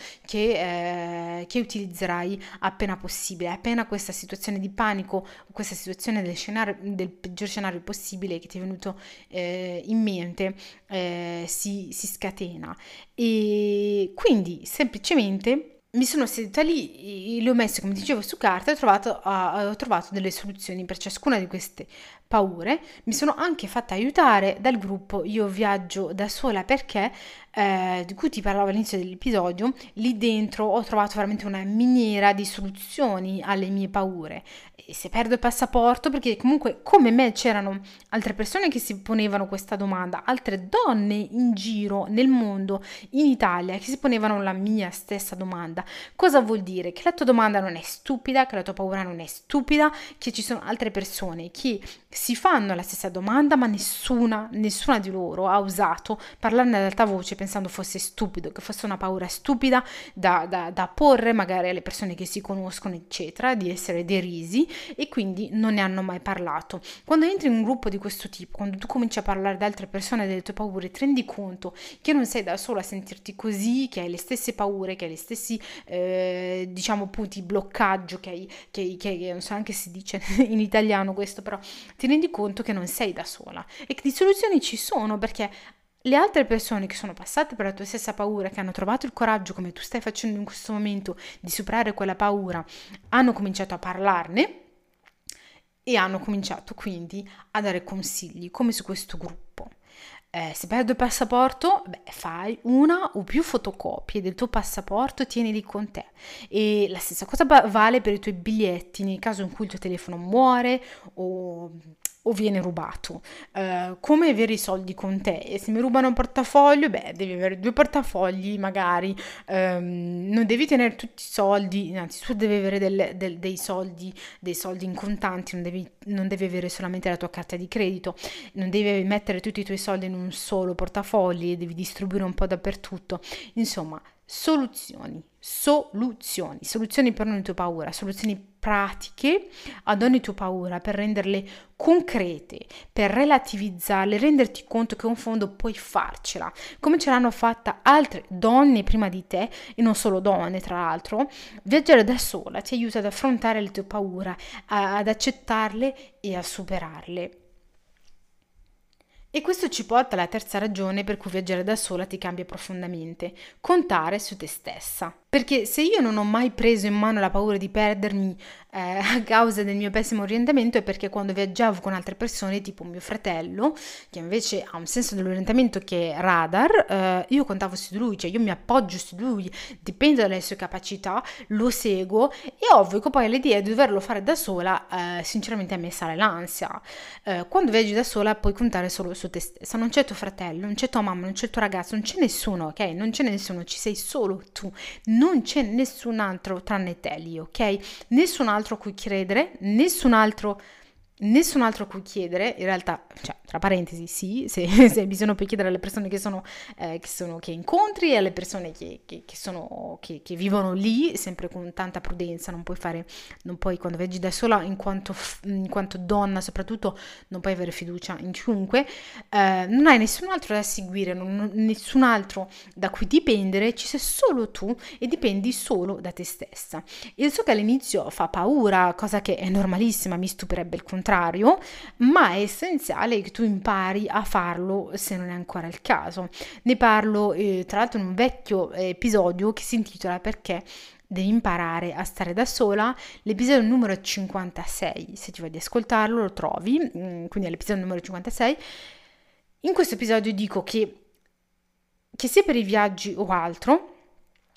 che, eh, che utilizzerai appena possibile. Appena questa situazione di panico, questa situazione del, scenario, del peggior scenario possibile che ti è venuto eh, in mente, eh, si, si scatena. E quindi semplicemente mi sono seduta lì, le ho messe, come dicevo, su carta e ho trovato, uh, ho trovato delle soluzioni per ciascuna di queste paure. Mi sono anche fatta aiutare dal gruppo Io Viaggio da Sola perché, eh, di cui ti parlavo all'inizio dell'episodio, lì dentro ho trovato veramente una miniera di soluzioni alle mie paure. E se perdo il passaporto, perché comunque come me c'erano altre persone che si ponevano questa domanda, altre donne in giro nel mondo, in Italia, che si ponevano la mia stessa domanda. Cosa vuol dire? Che la tua domanda non è stupida, che la tua paura non è stupida, che ci sono altre persone che si fanno la stessa domanda, ma nessuna, nessuna di loro ha osato parlarne ad alta voce pensando fosse stupido, che fosse una paura stupida da, da, da porre magari alle persone che si conoscono, eccetera, di essere derisi, e quindi non ne hanno mai parlato. Quando entri in un gruppo di questo tipo, quando tu cominci a parlare ad altre persone delle tue paure, ti rendi conto che non sei da sola a sentirti così, che hai le stesse paure, che hai gli stessi eh, diciamo punti bloccaggio, che hai, che, che, che non so anche se si dice in italiano questo, però ti rendi conto che non sei da sola e che di soluzioni ci sono, perché le altre persone che sono passate per la tua stessa paura, che hanno trovato il coraggio, come tu stai facendo in questo momento, di superare quella paura, hanno cominciato a parlarne e hanno cominciato quindi a dare consigli, come su questo gruppo. Eh, se perdo il passaporto, beh, fai una o più fotocopie del tuo passaporto, tienili con te. E la stessa cosa vale per i tuoi biglietti, nel caso in cui il tuo telefono muore o, o viene rubato. Eh, come avere i soldi con te? E se mi rubano un portafoglio, beh, devi avere due portafogli magari, ehm, non devi tenere tutti i soldi, innanzitutto devi avere del, del, dei soldi, dei soldi in contanti, non devi, non devi avere solamente la tua carta di credito, non devi mettere tutti i tuoi soldi in un solo portafoglio e devi distribuire un po' dappertutto. Insomma, soluzioni, soluzioni, soluzioni per ogni tua paura, soluzioni pratiche ad ogni tua paura per renderle concrete, per relativizzarle, renderti conto che in fondo puoi farcela, come ce l'hanno fatta altre donne prima di te, e non solo donne tra l'altro. Viaggiare da sola ti aiuta ad affrontare le tue paure, a, ad accettarle e a superarle. E questo ci porta alla terza ragione per cui viaggiare da sola ti cambia profondamente: contare su te stessa. Perché se io non ho mai preso in mano la paura di perdermi eh, a causa del mio pessimo orientamento, è perché quando viaggiavo con altre persone, tipo mio fratello, che invece ha un senso dell'orientamento che è radar, eh, io contavo su di lui, cioè io mi appoggio su di lui, dipende dalle sue capacità, lo seguo, e ovvio che poi l'idea di doverlo fare da sola, eh, sinceramente a me sale l'ansia. Eh, quando viaggi da sola puoi contare solo su te stessa, non c'è tuo fratello, non c'è tua mamma, non c'è il tuo ragazzo, non c'è nessuno, ok? Non c'è nessuno, ci sei solo tu. Non c'è nessun altro tranne te lì, ok? Nessun altro a cui credere, nessun altro, nessun altro a cui chiedere, in realtà, cioè, tra parentesi, sì, se, se hai bisogno puoi chiedere alle persone che sono, eh, che, sono che incontri, e alle persone che, che, che sono, che, che vivono lì, sempre con tanta prudenza. Non puoi fare, non puoi, quando viaggi da sola, in quanto, in quanto donna soprattutto, non puoi avere fiducia in chiunque, eh, non hai nessun altro da seguire, non, nessun altro da cui dipendere, ci sei solo tu e dipendi solo da te stessa. Io so che all'inizio fa paura, cosa che è normalissima, mi stupirebbe il contrario, ma è essenziale che tu impari a farlo se non è ancora il caso. Ne parlo eh, tra l'altro in un vecchio episodio che si intitola Perché devi imparare a stare da sola, l'episodio numero cinquantasei. Se ti vai ad ascoltarlo lo trovi, quindi è l'episodio numero cinquantasei. In questo episodio dico che, che sia per i viaggi o altro,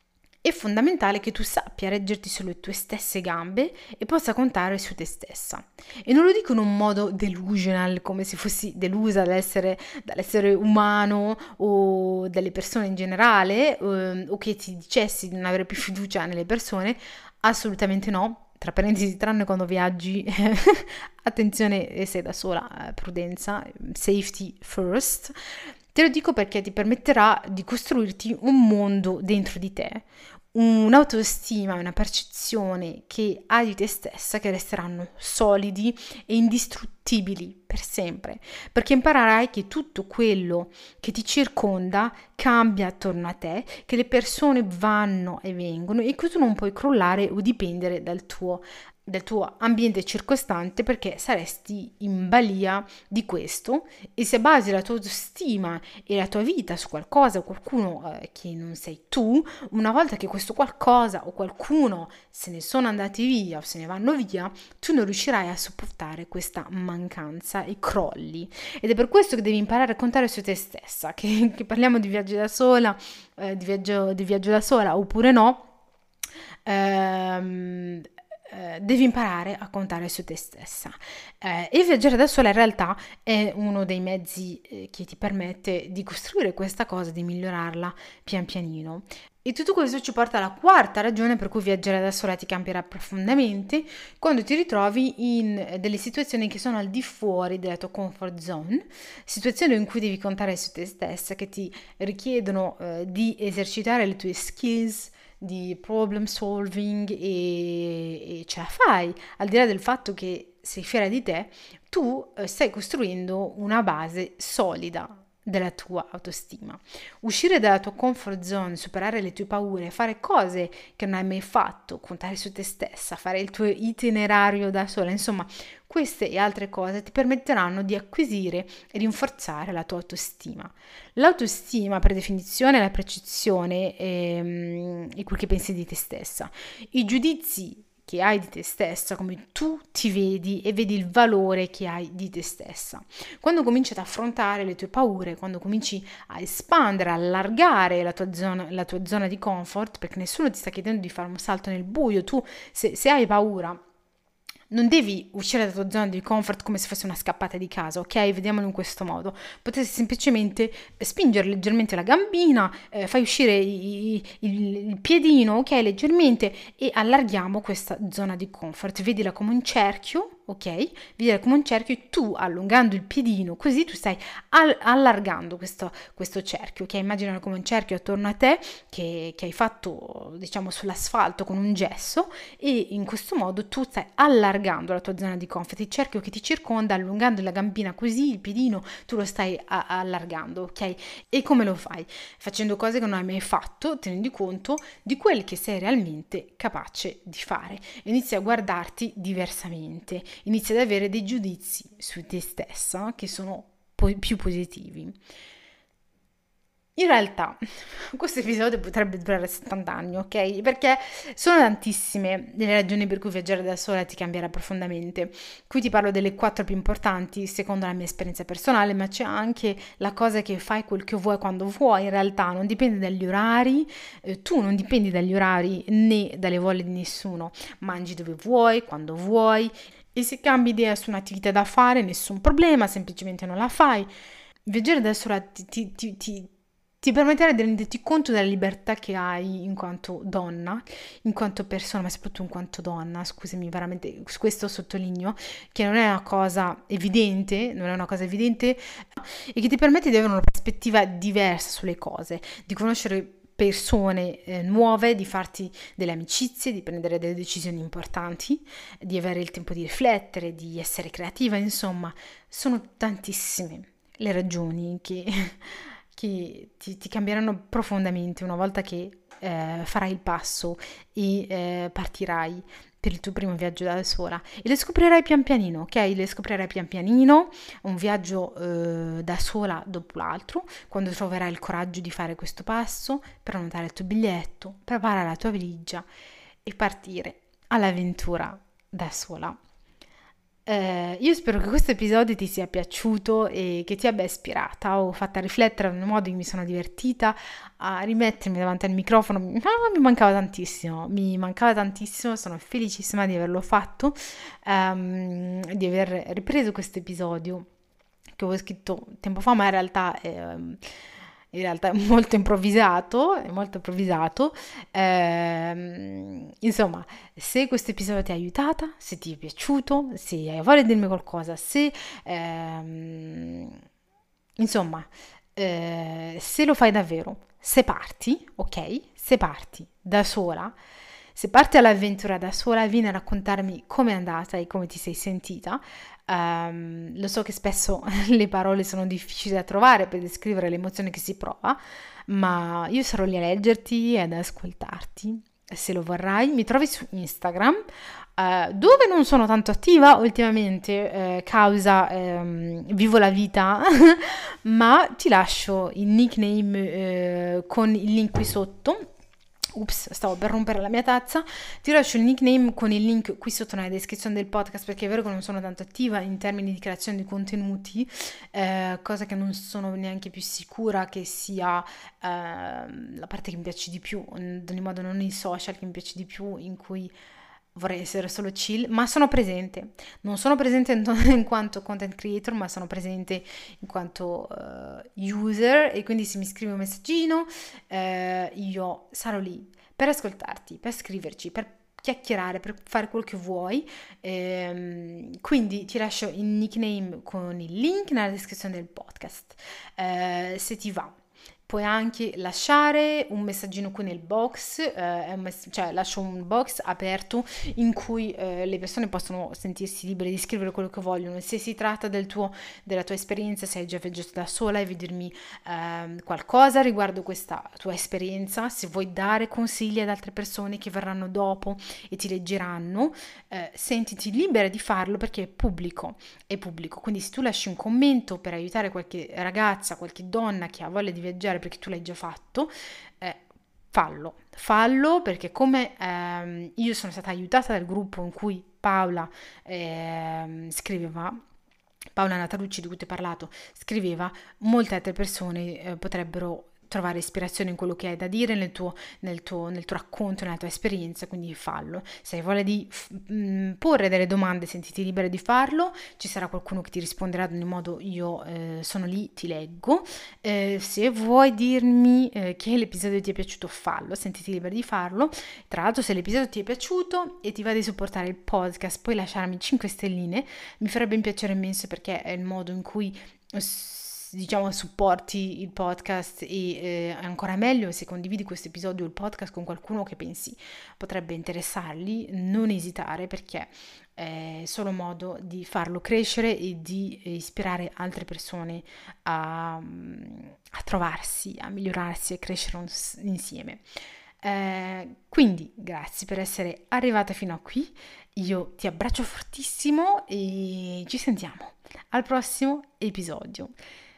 è fondamentale che tu sappia reggerti sulle tue stesse gambe e possa contare su te stessa. E non lo dico in un modo delusional, come se fossi delusa dall'essere, dall'essere umano o dalle persone in generale, eh, o che ti dicessi di non avere più fiducia nelle persone. Assolutamente no. Tra parentesi, tranne quando viaggi, attenzione, e sei da sola, prudenza, safety first. Te lo dico perché ti permetterà di costruirti un mondo dentro di te, un'autostima, una percezione che hai di te stessa che resteranno solidi e indistruttibili per sempre, perché imparerai che tutto quello che ti circonda cambia attorno a te, che le persone vanno e vengono e che tu non puoi crollare o dipendere dal tuo del tuo ambiente circostante, perché saresti in balia di questo. E se basi la tua autostima e la tua vita su qualcosa o qualcuno eh, che non sei tu, una volta che questo qualcosa o qualcuno se ne sono andati via o se ne vanno via, tu non riuscirai a sopportare questa mancanza e crolli. Ed è per questo che devi imparare a contare su te stessa, che, che parliamo di viaggio da sola, eh, di, viaggio, di viaggio da sola oppure no. Ehm, Uh, devi imparare a contare su te stessa uh, e viaggiare da sola in realtà è uno dei mezzi uh, che ti permette di costruire questa cosa, di migliorarla pian pianino. E tutto questo ci porta alla quarta ragione per cui viaggiare da sola ti cambierà profondamente, quando ti ritrovi in delle situazioni che sono al di fuori della tua comfort zone, situazioni in cui devi contare su te stessa, che ti richiedono uh, di esercitare le tue skills di problem solving e, e ce la fai, al di là del fatto che sei fiera di te, tu eh, stai costruendo una base solida della tua autostima. Uscire dalla tua comfort zone, superare le tue paure, fare cose che non hai mai fatto, contare su te stessa, fare il tuo itinerario da sola, insomma, queste e altre cose ti permetteranno di acquisire e rinforzare la tua autostima. L'autostima, per definizione, è la percezione e, e quel che pensi di te stessa. I giudizi che hai di te stessa, come tu ti vedi e vedi il valore che hai di te stessa. Quando cominci ad affrontare le tue paure, quando cominci a espandere, a allargare la tua zona, la tua zona di comfort, perché nessuno ti sta chiedendo di fare un salto nel buio, tu se, se hai paura non devi uscire dalla tua zona di comfort come se fosse una scappata di casa, ok? Vediamolo in questo modo. Potresti semplicemente spingere leggermente la gambina, eh, fai uscire i, i, il, il piedino, ok? Leggermente, e allarghiamo questa zona di comfort. Vedila come un cerchio, ok? Vedila come un cerchio e tu, allungando il piedino, così tu stai al- allargando questo, questo cerchio, ok? Immaginalo come un cerchio attorno a te che, che hai fatto, diciamo, sull'asfalto con un gesso, e in questo modo tu stai allargando la tua zona di comfort, il cerchio che ti circonda, allungando la gambina così, il piedino tu lo stai a- allargando, ok? E come lo fai? Facendo cose che non hai mai fatto, tenendo conto di quel che sei realmente capace di fare. Inizi a guardarti diversamente, inizi ad avere dei giudizi su te stessa che sono poi più positivi. In realtà questo episodio potrebbe durare settanta anni, ok? Perché sono tantissime le ragioni per cui viaggiare da sola ti cambierà profondamente. Qui ti parlo delle quattro più importanti secondo la mia esperienza personale, ma c'è anche la cosa che fai quel che vuoi quando vuoi. In realtà non dipende dagli orari, eh, tu non dipendi dagli orari né dalle voglie di nessuno. Mangi dove vuoi, quando vuoi, e se cambi idea su un'attività da fare, nessun problema, semplicemente non la fai. Viaggiare da sola ti, ti, ti, ti ti permetterà di renderti conto della libertà che hai in quanto donna, in quanto persona, ma soprattutto in quanto donna, scusami, veramente, su questo sottolineo, che non è una cosa evidente, non è una cosa evidente, e che ti permette di avere una prospettiva diversa sulle cose, di conoscere persone eh, nuove, di farti delle amicizie, di prendere delle decisioni importanti, di avere il tempo di riflettere, di essere creativa, insomma, sono tantissime le ragioni che... che ti, ti cambieranno profondamente una volta che eh, farai il passo e eh, partirai per il tuo primo viaggio da sola, e le scoprirai pian pianino, ok? Le scoprirai pian pianino, un viaggio eh, da sola dopo l'altro, quando troverai il coraggio di fare questo passo, prenotare il tuo biglietto, preparare la tua valigia e partire all'avventura da sola. Eh, io spero che questo episodio ti sia piaciuto e che ti abbia ispirata o fatta riflettere nel modo in cui mi sono divertita a rimettermi davanti al microfono. Ah, mi mancava tantissimo, mi mancava tantissimo, sono felicissima di averlo fatto, ehm, di aver ripreso questo episodio che avevo scritto tempo fa, ma in realtà è, in realtà è molto improvvisato, è molto improvvisato. Ehm, insomma, se questo episodio ti ha aiutata, se ti è piaciuto, se hai voglia di dirmi qualcosa, se ehm, insomma, eh, se lo fai davvero, se parti, ok? Se parti da sola, se parti all'avventura da sola, vieni a raccontarmi com'è andata e come ti sei sentita. Um, lo so che spesso le parole sono difficili da trovare per descrivere l'emozione che si prova, ma io sarò lì a leggerti e ad ascoltarti. Se lo vorrai, mi trovi su Instagram, uh, dove non sono tanto attiva ultimamente, eh, causa ehm, vivo la vita, ma ti lascio il nickname eh, con il link qui sotto. Ups, stavo per rompere la mia tazza. Ti lascio il nickname con il link qui sotto nella descrizione del podcast, perché è vero che non sono tanto attiva in termini di creazione di contenuti, eh, cosa che non sono neanche più sicura che sia eh, la parte che mi piace di più, ad ogni modo non i social che mi piace di più, in cui vorrei essere solo chill, ma sono presente. Non sono presente in, in quanto content creator, ma sono presente in quanto uh, user, e quindi se mi scrivi un messaggino uh, io sarò lì per ascoltarti, per scriverci, per chiacchierare, per fare quello che vuoi. Ehm, quindi ti lascio il nickname con il link nella descrizione del podcast. Uh, se ti va, puoi anche lasciare un messaggino qui nel box, eh, un mess- cioè lascio un box aperto in cui eh, le persone possono sentirsi libere di scrivere quello che vogliono. Se si tratta del tuo, della tua esperienza, se hai già viaggiato da sola e vuoi dirmi eh, qualcosa riguardo questa tua esperienza, se vuoi dare consigli ad altre persone che verranno dopo e ti leggeranno, eh, sentiti libera di farlo, perché è pubblico, è pubblico. Quindi se tu lasci un commento per aiutare qualche ragazza, qualche donna che ha voglia di viaggiare perché tu l'hai già fatto, eh, fallo, fallo, perché come ehm, io sono stata aiutata dal gruppo in cui Paola ehm, scriveva, Paola Natalucci, di cui ti ho parlato, scriveva, molte altre persone eh, potrebbero trovare ispirazione in quello che hai da dire, nel tuo, nel tuo, nel tuo racconto, nella tua esperienza, quindi fallo. Se hai voglia di f- mh, porre delle domande, sentiti libera di farlo, ci sarà qualcuno che ti risponderà, ad ogni modo io eh, sono lì, ti leggo. Eh, se vuoi dirmi eh, che l'episodio ti è piaciuto, fallo, sentiti libera di farlo. Tra l'altro, se l'episodio ti è piaciuto e ti va di supportare il podcast, puoi lasciarmi cinque stelline, mi farebbe un piacere immenso, perché è il modo in cui diciamo supporti il podcast, e eh, ancora meglio se condividi questo episodio, il podcast, con qualcuno che pensi potrebbe interessarli. Non esitare, perché è solo modo di farlo crescere e di ispirare altre persone a, a trovarsi, a migliorarsi e crescere insieme. Eh, quindi grazie per essere arrivata fino a qui, io ti abbraccio fortissimo e ci sentiamo al prossimo episodio.